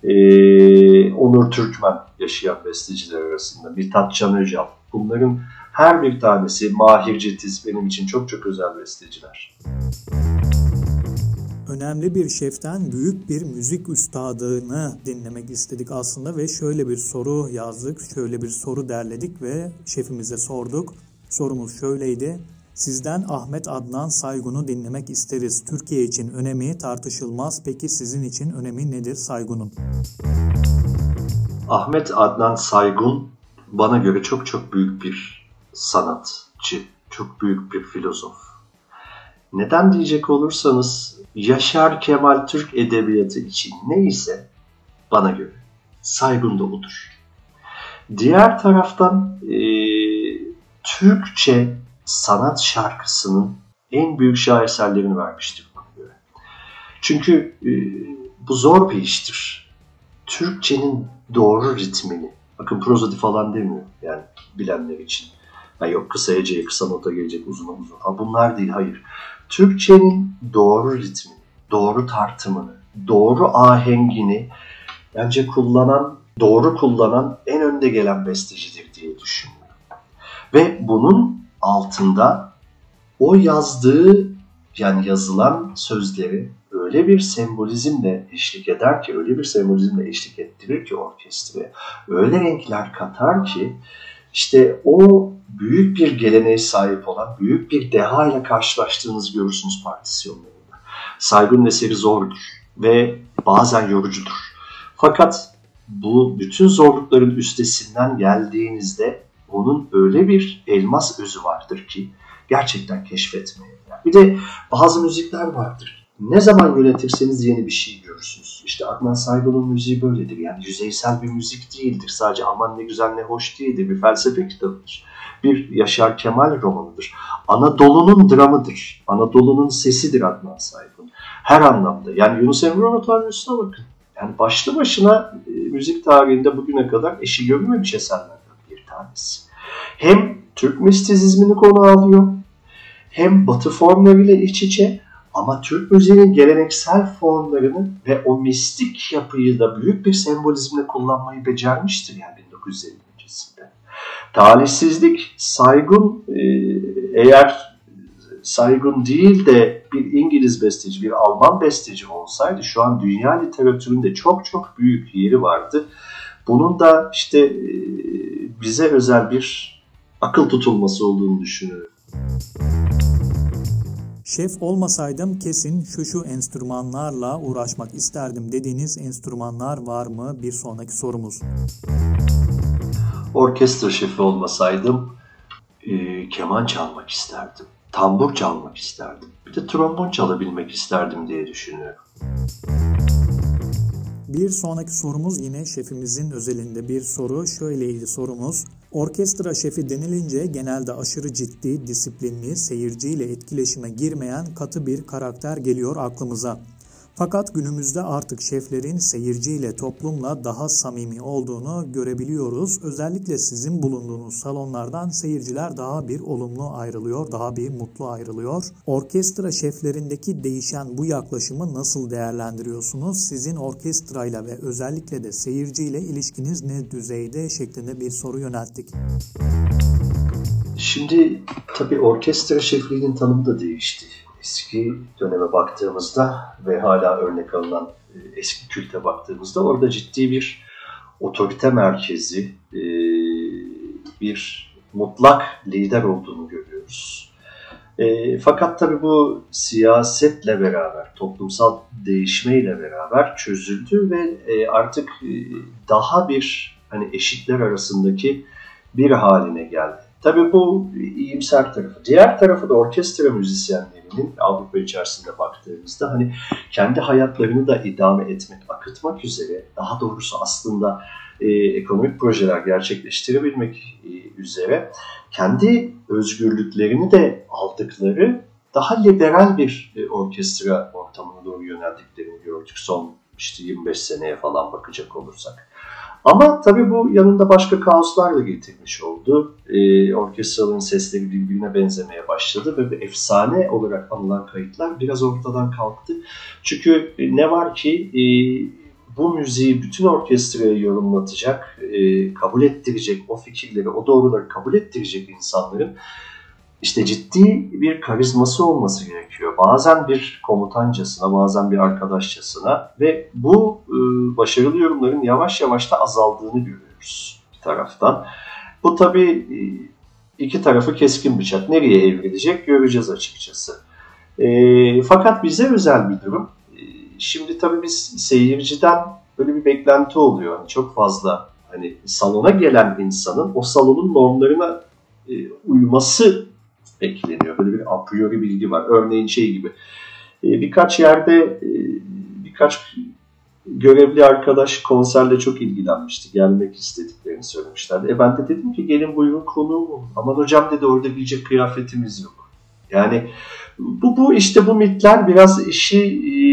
Ee, Onur Türkmen yaşayan besteciler arasında. Mithat Can Öcal. Bunların her bir tanesi, Mahir Cetiz benim için çok çok özel besteciler. Önemli bir şeften büyük bir müzik üstadını dinlemek istedik aslında ve şöyle bir soru yazdık, şöyle bir soru derledik ve şefimize sorduk. Sorumuz şöyleydi: sizden Ahmet Adnan Saygun'u dinlemek isteriz. Türkiye için önemi tartışılmaz. Peki sizin için önemi nedir Saygun'un? Ahmet Adnan Saygun bana göre çok çok büyük bir sanatçı, çok büyük bir filozof. Neden diyecek olursanız, Yaşar Kemal Türk edebiyatı için neyse bana göre Saygun da odur. Diğer taraftan e, Türkçe sanat şarkısının en büyük şaheserlerini vermiştir bana göre. Çünkü e, bu zor bir iştir. Türkçenin doğru ritmini, bakın prozodi falan demiyor yani bilenler için. Yani yok kısa heceye kısa nota gelecek, uzun uzun falan, bunlar değil, hayır. Türkçenin doğru ritmini, doğru tartımını, doğru ahengini bence kullanan, doğru kullanan en önde gelen bestecidir diye düşünüyorum. Ve bunun altında o yazdığı, yani yazılan sözleri öyle bir sembolizmle eşlik eder ki, öyle bir sembolizmle eşlik ettirir ki orkestraya, öyle renkler katar ki işte o büyük bir geleneğe sahip olan, büyük bir deha ile karşılaştığınızı görürsünüz partisyonlarında. Saygun'un eseri zordur ve bazen yorucudur. Fakat bu bütün zorlukların üstesinden geldiğinizde onun öyle bir elmas özü vardır ki gerçekten keşfetmeye. Bir de bazı müzikler vardır. Ne zaman yönetirseniz yeni bir şey görürsünüz. İşte Adnan Saygun'un müziği böyledir. Yani yüzeysel bir müzik değildir. Sadece aman ne güzel ne hoş değildir. Bir felsefe kitabıdır. Bir Yaşar Kemal romanıdır. Anadolu'nun dramıdır. Anadolu'nun sesidir Adnan Saygun. Her anlamda. Yani Yunus Emre Anatolyos'una bakın. Yani başlı başına e, müzik tarihinde bugüne kadar eşi görülmemiş eserlerden bir tanesi. Hem Türk mistisizmini konu alıyor, hem Batı formlarıyla iç içe, Ama Türk müziğinin geleneksel formlarını ve o mistik yapıyı da büyük bir sembolizmle kullanmayı becermiştir yani bin dokuz yüz elli öncesinde. Talihsizlik Saygun e, eğer Saygun değil de bir İngiliz besteci, bir Alman besteci olsaydı şu an dünya literatüründe çok çok büyük yeri vardı. Bunun da işte e, bize özel bir akıl tutulması olduğunu düşünüyorum. Şef olmasaydım kesin şu şu enstrümanlarla uğraşmak isterdim dediğiniz enstrümanlar var mı? Bir sonraki sorumuz. Orkestra şefi olmasaydım e, keman çalmak isterdim. Tambur çalmak isterdim. Bir de trombon çalabilmek isterdim diye düşünüyorum. Bir sonraki sorumuz yine şefimizin özelinde bir soru. Şöyleydi sorumuz. Orkestra şefi denilince genelde aşırı ciddi, disiplinli, seyirciyle etkileşime girmeyen katı bir karakter geliyor aklımıza. Fakat günümüzde artık şeflerin seyirciyle, toplumla daha samimi olduğunu görebiliyoruz. Özellikle sizin bulunduğunuz salonlardan seyirciler daha bir olumlu ayrılıyor, daha bir mutlu ayrılıyor. Orkestra şeflerindeki değişen bu yaklaşımı nasıl değerlendiriyorsunuz? Sizin orkestrayla ve özellikle de seyirciyle ilişkiniz ne düzeyde şeklinde bir soru yönelttik. Şimdi tabii orkestra şefliğinin tanımı da değişti. Eski döneme baktığımızda ve hala örnek alınan eski külte baktığımızda orada ciddi bir otorite merkezi, bir mutlak lider olduğunu görüyoruz. Fakat tabii bu siyasetle beraber, toplumsal değişmeyle beraber çözüldü ve artık daha bir hani eşitler arasındaki bir haline geldi. Tabii bu iyimser tarafı. Diğer tarafı da orkestra müzisyenlerinin Avrupa içerisinde baktığımızda hani kendi hayatlarını da idame etmek, akıtmak üzere, daha doğrusu aslında e, ekonomik projeler gerçekleştirebilmek e, üzere kendi özgürlüklerini de aldıkları daha liberal bir e, orkestra ortamına doğru yöneldiklerini gördük son işte yirmi beş seneye falan bakacak olursak. Ama tabii bu yanında başka kaoslar da getirmiş oldu. E, orkestraların sesleri birbirine benzemeye başladı ve bir efsane olarak anılan kayıtlar biraz ortadan kalktı. Çünkü e, ne var ki e, bu müziği bütün orkestraya yorumlatacak, e, kabul ettirecek, o fikirleri, o doğruları kabul ettirecek insanların İşte ciddi bir karizması olması gerekiyor. Bazen bir komutancasına, bazen bir arkadaşçasına ve bu e, başarılı yorumların yavaş yavaş da azaldığını görüyoruz bir taraftan. Bu tabii e, iki tarafı keskin bıçak. Nereye evrilecek göreceğiz açıkçası. E, fakat bize özel bir durum. E, şimdi tabii biz seyirciden böyle bir beklenti oluyor. Yani çok fazla hani salona gelen insanın o salonun normlarına e, uyması bekleniyor. Böyle bir a priori bilgi var. Örneğin şey gibi. Birkaç yerde birkaç görevli arkadaş konserle çok ilgilenmişti. Gelmek istediklerini söylemişlerdi. E ben de dedim ki gelin buyurun konuğum olun. Aman hocam dedi orada giyecek kıyafetimiz yok. Yani bu, bu işte bu mitler biraz işi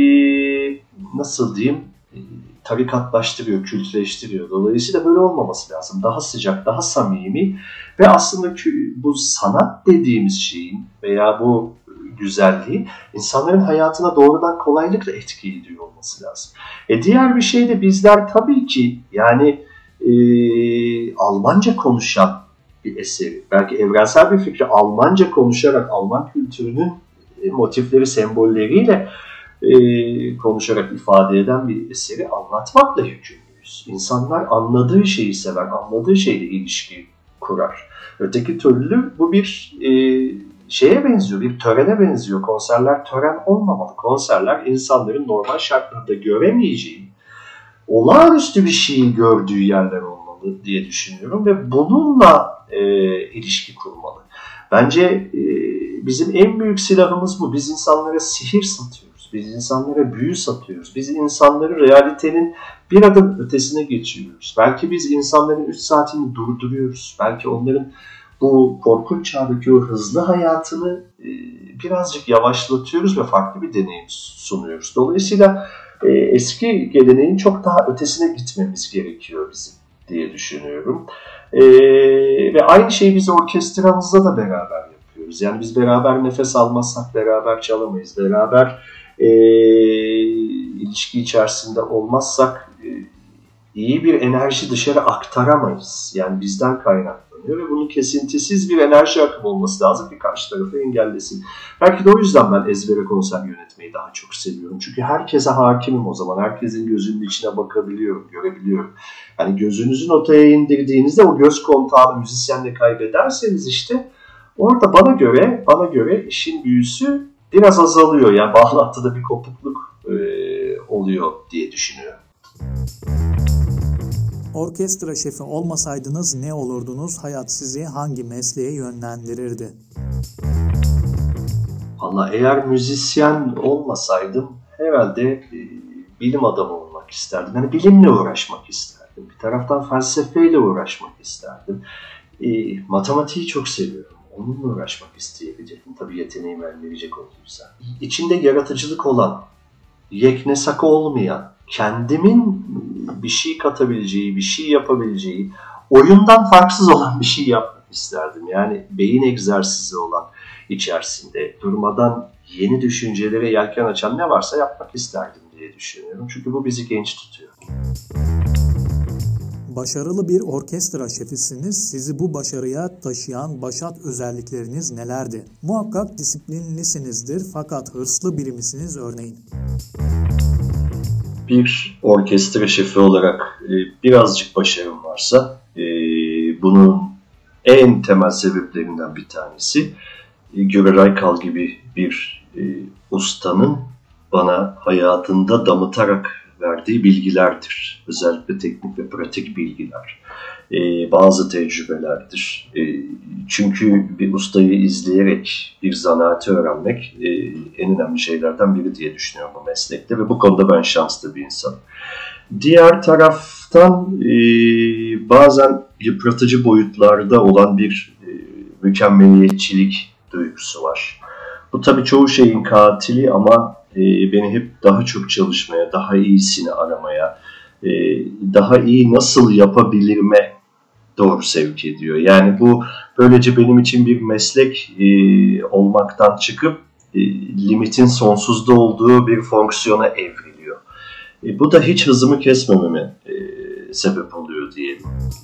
nasıl diyeyim tarikatlaştırıyor, kültleştiriyor. Dolayısıyla böyle olmaması lazım. Daha sıcak, daha samimi ve aslında bu sanat dediğimiz şeyin veya bu güzelliği insanların hayatına doğrudan kolaylıkla etki ediyor olması lazım. E diğer bir şey de bizler tabii ki yani e, Almanca konuşan bir eseri, belki evrensel bir fikri Almanca konuşarak Alman kültürünün motifleri, sembolleriyle e, konuşarak ifade eden bir eseri anlatmakla yükümlüyüz. İnsanlar anladığı şeyi sever, anladığı şeyle ilişki kurar. Öteki türlü bu bir e, şeye benziyor, bir törene benziyor. Konserler tören olmamalı. Konserler insanların normal şartlarda göremeyeceği, olağanüstü bir şeyi gördüğü yerler olmalı diye düşünüyorum ve bununla e, ilişki kurmalı. Bence e, bizim en büyük silahımız bu. Biz insanlara sihir satıyoruz. Biz insanlara büyü satıyoruz. Biz insanları realitenin bir adım ötesine geçiriyoruz. Belki biz insanların üç saatini durduruyoruz. Belki onların bu korkunç çağdaki o hızlı hayatını e, birazcık yavaşlatıyoruz ve farklı bir deneyim sunuyoruz. Dolayısıyla e, eski geleneğin çok daha ötesine gitmemiz gerekiyor bizim diye düşünüyorum. E, ve aynı şeyi biz orkestramızda da beraber yapıyoruz. çalıyoruz. Yani biz beraber nefes almazsak beraber çalamayız. Beraber e, ilişki içerisinde olmazsak e, iyi bir enerji dışarı aktaramayız. Yani bizden kaynaklanıyor ve bunun kesintisiz bir enerji akımı olması lazım ki karşı tarafı engellesin. Belki de o yüzden ben ezbere konser yönetmeyi daha çok seviyorum. Çünkü herkese hakimim o zaman. Herkesin gözünün içine bakabiliyorum, görebiliyorum. Yani gözünüzü notaya indirdiğinizde o göz kontağını müzisyenle kaybederseniz işte orada bana göre bana göre işin büyüsü biraz azalıyor. Yani bağlantıda bir kopukluk e, oluyor diye düşünüyorum. Orkestra şefi olmasaydınız ne olurdunuz? Hayat sizi hangi mesleğe yönlendirirdi? Vallahi eğer müzisyen olmasaydım herhalde e, bilim adamı olmak isterdim. Yani bilimle uğraşmak isterdim. Bir taraftan felsefeyle uğraşmak isterdim. E, matematiği çok seviyorum. Onunla uğraşmak isteyebilirdim. Tabii yeteneğim el verecek olursa. İçinde yaratıcılık olan, yeknesak olmayan, kendimin bir şey katabileceği, bir şey yapabileceği, oyundan farksız olan bir şey yapmak isterdim. Yani beyin egzersizi olan, içerisinde durmadan yeni düşüncelere yelken açan ne varsa yapmak isterdim diye düşünüyorum. Çünkü bu bizi genç tutuyor. Başarılı bir orkestra şefisiniz. Sizi bu başarıya taşıyan başat özellikleriniz nelerdi? Muhakkak disiplinlisinizdir fakat hırslı biri misiniz örneğin? Bir orkestra şefi olarak e, birazcık başarım varsa e, bunun en temel sebeplerinden bir tanesi e, Göbel Aykal gibi bir e, ustanın bana hayatında damıtarak verdiği bilgilerdir. Özellikle teknik ve pratik bilgiler. Ee, bazı tecrübelerdir. Ee, çünkü bir ustayı izleyerek bir zanaati öğrenmek e, en önemli şeylerden biri diye düşünüyorum bu meslekte ve bu konuda ben şanslı bir insanım. Diğer taraftan e, bazen yıpratıcı boyutlarda olan bir e, mükemmeliyetçilik duygusu var. Bu tabii çoğu şeyin katili ama beni hep daha çok çalışmaya, daha iyisini aramaya, daha iyi nasıl yapabilirime doğru sevk ediyor. Yani bu böylece benim için bir meslek olmaktan çıkıp limitin sonsuzda olduğu bir fonksiyona evriliyor. Bu da hiç hızımı kesmememe sebep oluyor diyelim.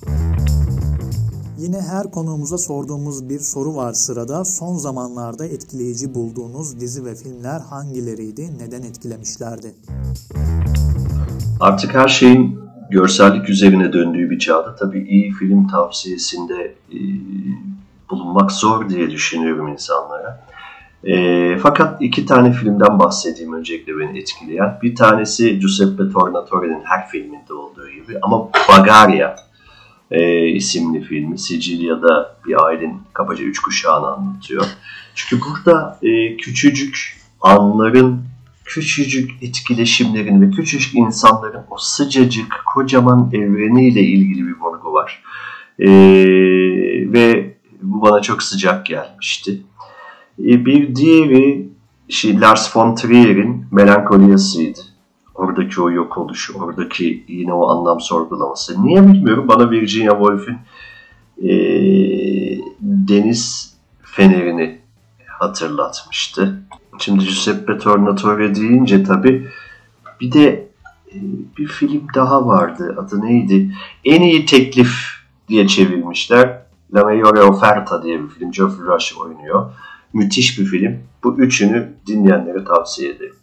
Yine her konuğumuza sorduğumuz bir soru var sırada. Son zamanlarda etkileyici bulduğunuz dizi ve filmler hangileriydi? Neden etkilemişlerdi? Artık her şeyin görsellik üzerine döndüğü bir çağda tabii iyi film tavsiyesinde e, bulunmak zor diye düşünüyorum insanlara. E, fakat iki tane filmden bahsedeyim öncelikle beni etkileyen. Bir tanesi Giuseppe Tornatore'nin her filminde olduğu gibi ama Bagaria E, isimli filmi. Sicilya'da bir ailenin kabaca üç kuşağını anlatıyor. Çünkü burada e, küçücük anların, küçücük etkileşimlerin ve küçücük insanların o sıcacık, kocaman evreniyle ilgili bir vurgu var. E, ve bu bana çok sıcak gelmişti. E, bir diğeri şey, Lars von Trier'in Melankoliyası'ydı. Oradaki o yok oluş, oradaki yine o anlam sorgulaması. Niye bilmiyorum, bana Virginia Woolf'ün e, Deniz Feneri'ni hatırlatmıştı. Şimdi Giuseppe Tornatore deyince tabii bir de e, bir film daha vardı. Adı neydi? En iyi teklif diye çevirmişler. La Migliore Offerta diye bir film. Geoffrey Rush oynuyor. Müthiş bir film. Bu üçünü dinleyenlere tavsiye ederim.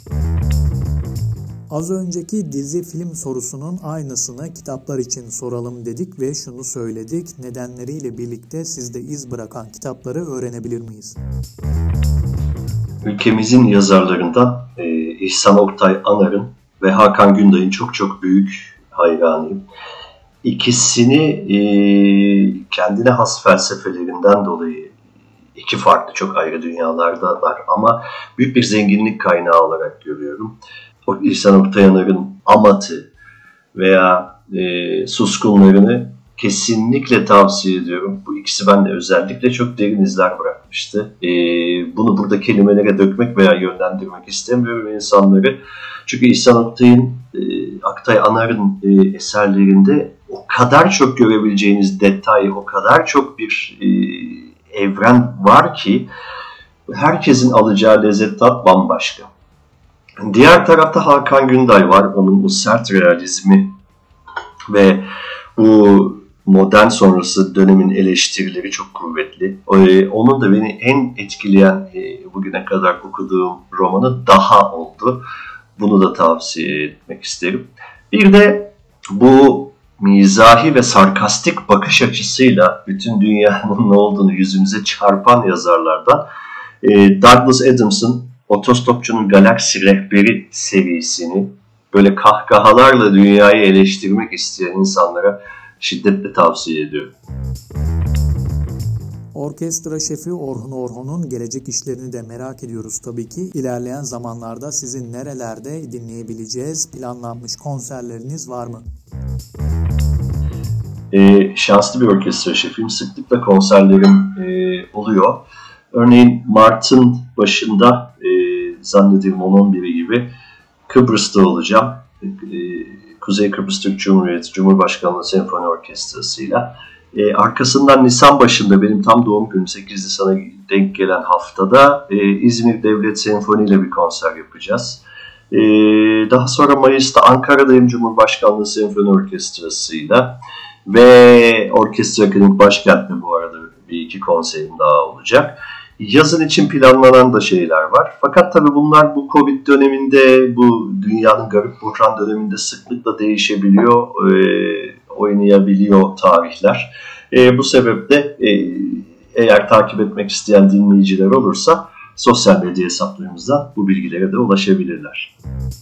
Az önceki dizi film sorusunun aynısını kitaplar için soralım dedik ve şunu söyledik. Nedenleriyle birlikte sizde iz bırakan kitapları öğrenebilir miyiz? Ülkemizin yazarlarından e, İhsan Oktay Anar'ın ve Hakan Günday'ın çok çok büyük hayranıyım. İkisini e, kendine has felsefelerinden dolayı iki farklı çok ayrı dünyalardalar ama büyük bir zenginlik kaynağı olarak görüyorum. O İhsan Oktay Anar'ın Amat'ı veya e, Suskunlarını kesinlikle tavsiye ediyorum. Bu ikisi bende özellikle çok derin izler bırakmıştı. E, bunu burada kelimelere dökmek veya yönlendirmek istemiyorum insanları. Çünkü İhsan Oktay'ın, e, Oktay Anar'ın e, eserlerinde o kadar çok görebileceğiniz detay, o kadar çok bir e, evren var ki herkesin alacağı lezzet tat bambaşka. Diğer tarafta Hakan Günday var. Onun bu sert realizmi ve bu modern sonrası dönemin eleştirileri çok kuvvetli. Onun da beni en etkileyen bugüne kadar okuduğum romanı Daha oldu. Bunu da tavsiye etmek isterim. Bir de bu mizahi ve sarkastik bakış açısıyla bütün dünyanın ne olduğunu yüzümüze çarpan yazarlardan Douglas Adams'ın Otostopçunun Galaksi Rehberi serisini böyle kahkahalarla dünyayı eleştirmek isteyen insanlara şiddetle tavsiye ediyorum. Orkestra şefi Orhun Orhon'un gelecek işlerini de merak ediyoruz tabii ki. İlerleyen zamanlarda sizin nerelerde dinleyebileceğiz? Planlanmış konserleriniz var mı? Ee, şanslı bir orkestra şefiyim. Sıklıkla konserlerim e, oluyor. Örneğin Mart'ın başında e, zannediyorum on on biri gibi Kıbrıs'ta olacağım. E, Kuzey Kıbrıs Türk Cumhuriyeti Cumhurbaşkanlığı Senfoni Orkestrası'yla. E, arkasından Nisan başında benim tam doğum günüm sekiz Nisan'a denk gelen haftada e, İzmir Devlet Senfoni ile bir konser yapacağız. E, daha sonra Mayıs'ta Ankara'dayım Cumhurbaşkanlığı Senfoni Orkestrası'yla ve Orkestra Akademik Başkent'te bu arada bir iki konserim daha olacak. Yazın için planlanan da şeyler var. Fakat tabii bunlar bu Covid döneminde, bu dünyanın garip buhran döneminde sıklıkla değişebiliyor, e, oynayabiliyor tarihler. E, bu sebeple e, eğer takip etmek isteyen dinleyiciler olursa sosyal medya hesaplarımızdan bu bilgilere de ulaşabilirler.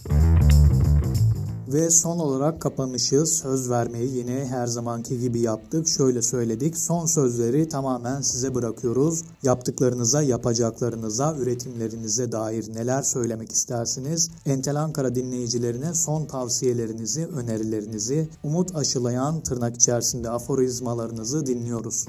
Ve son olarak kapanışı söz vermeyi yine her zamanki gibi yaptık. Şöyle söyledik, son sözleri tamamen size bırakıyoruz. Yaptıklarınıza, yapacaklarınıza, üretimlerinize dair neler söylemek istersiniz? Entel Ankara dinleyicilerine son tavsiyelerinizi, önerilerinizi, umut aşılayan tırnak içerisinde aforizmalarınızı dinliyoruz.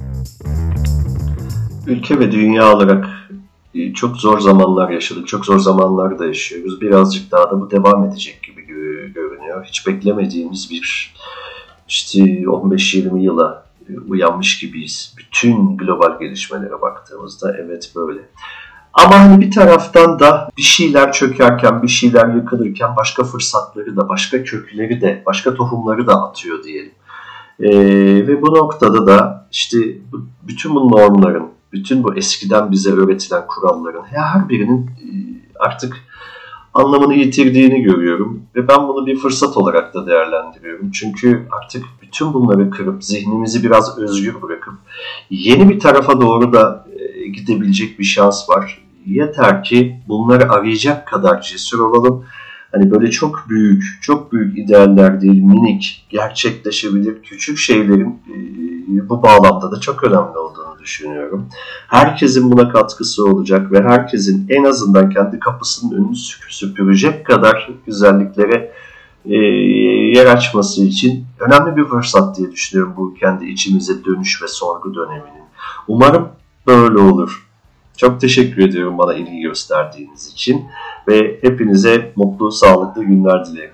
Ülke ve dünya olarak çok zor zamanlar yaşadık, çok zor zamanlar da yaşıyoruz. Birazcık daha da bu devam edecek gibi görünüyor. Hiç beklemediğimiz bir işte on beş yirmi yıla uyanmış gibiyiz. Bütün global gelişmelere baktığımızda evet böyle. Ama hani bir taraftan da bir şeyler çökerken, bir şeyler yıkılırken başka fırsatları da, başka kökleri de, başka tohumları da atıyor diyelim. Ee, ve bu noktada da işte bu, bütün bu normların, bütün bu eskiden bize öğretilen kuralların her birinin artık anlamını yitirdiğini görüyorum. Ve ben bunu bir fırsat olarak da değerlendiriyorum. Çünkü artık bütün bunları kırıp, zihnimizi biraz özgür bırakıp yeni bir tarafa doğru da gidebilecek bir şans var. Yeter ki bunları arayacak kadar cesur olalım. Hani böyle çok büyük, çok büyük idealler değil, minik, gerçekleşebilir küçük şeylerin e, bu bağlamda da çok önemli olduğunu düşünüyorum. Herkesin buna katkısı olacak ve herkesin en azından kendi kapısının önünü süpürecek kadar güzelliklere e, yer açması için önemli bir fırsat diye düşünüyorum bu kendi içimize dönüş ve sorgu döneminin. Umarım böyle olur. Çok teşekkür ediyorum bana ilgi gösterdiğiniz için ve hepinize mutlu, sağlıklı günler dilerim.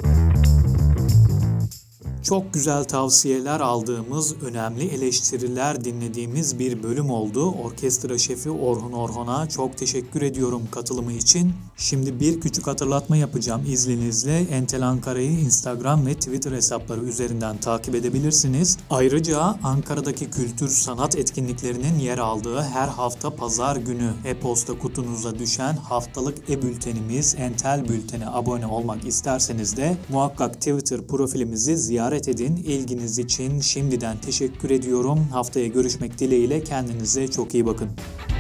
Çok güzel tavsiyeler aldığımız, önemli eleştiriler dinlediğimiz bir bölüm oldu. Orkestra şefi Orhun Orhon'a çok teşekkür ediyorum katılımı için. Şimdi bir küçük hatırlatma yapacağım izninizle. Entel Ankara'yı Instagram ve Twitter hesapları üzerinden takip edebilirsiniz. Ayrıca Ankara'daki kültür sanat etkinliklerinin yer aldığı her hafta pazar günü e-posta kutunuza düşen haftalık e-bültenimiz Entel Bülten'e abone olmak isterseniz de muhakkak Twitter profilimizi ziyaret edin. İlginiz için şimdiden teşekkür ediyorum. Haftaya görüşmek dileğiyle kendinize çok iyi bakın.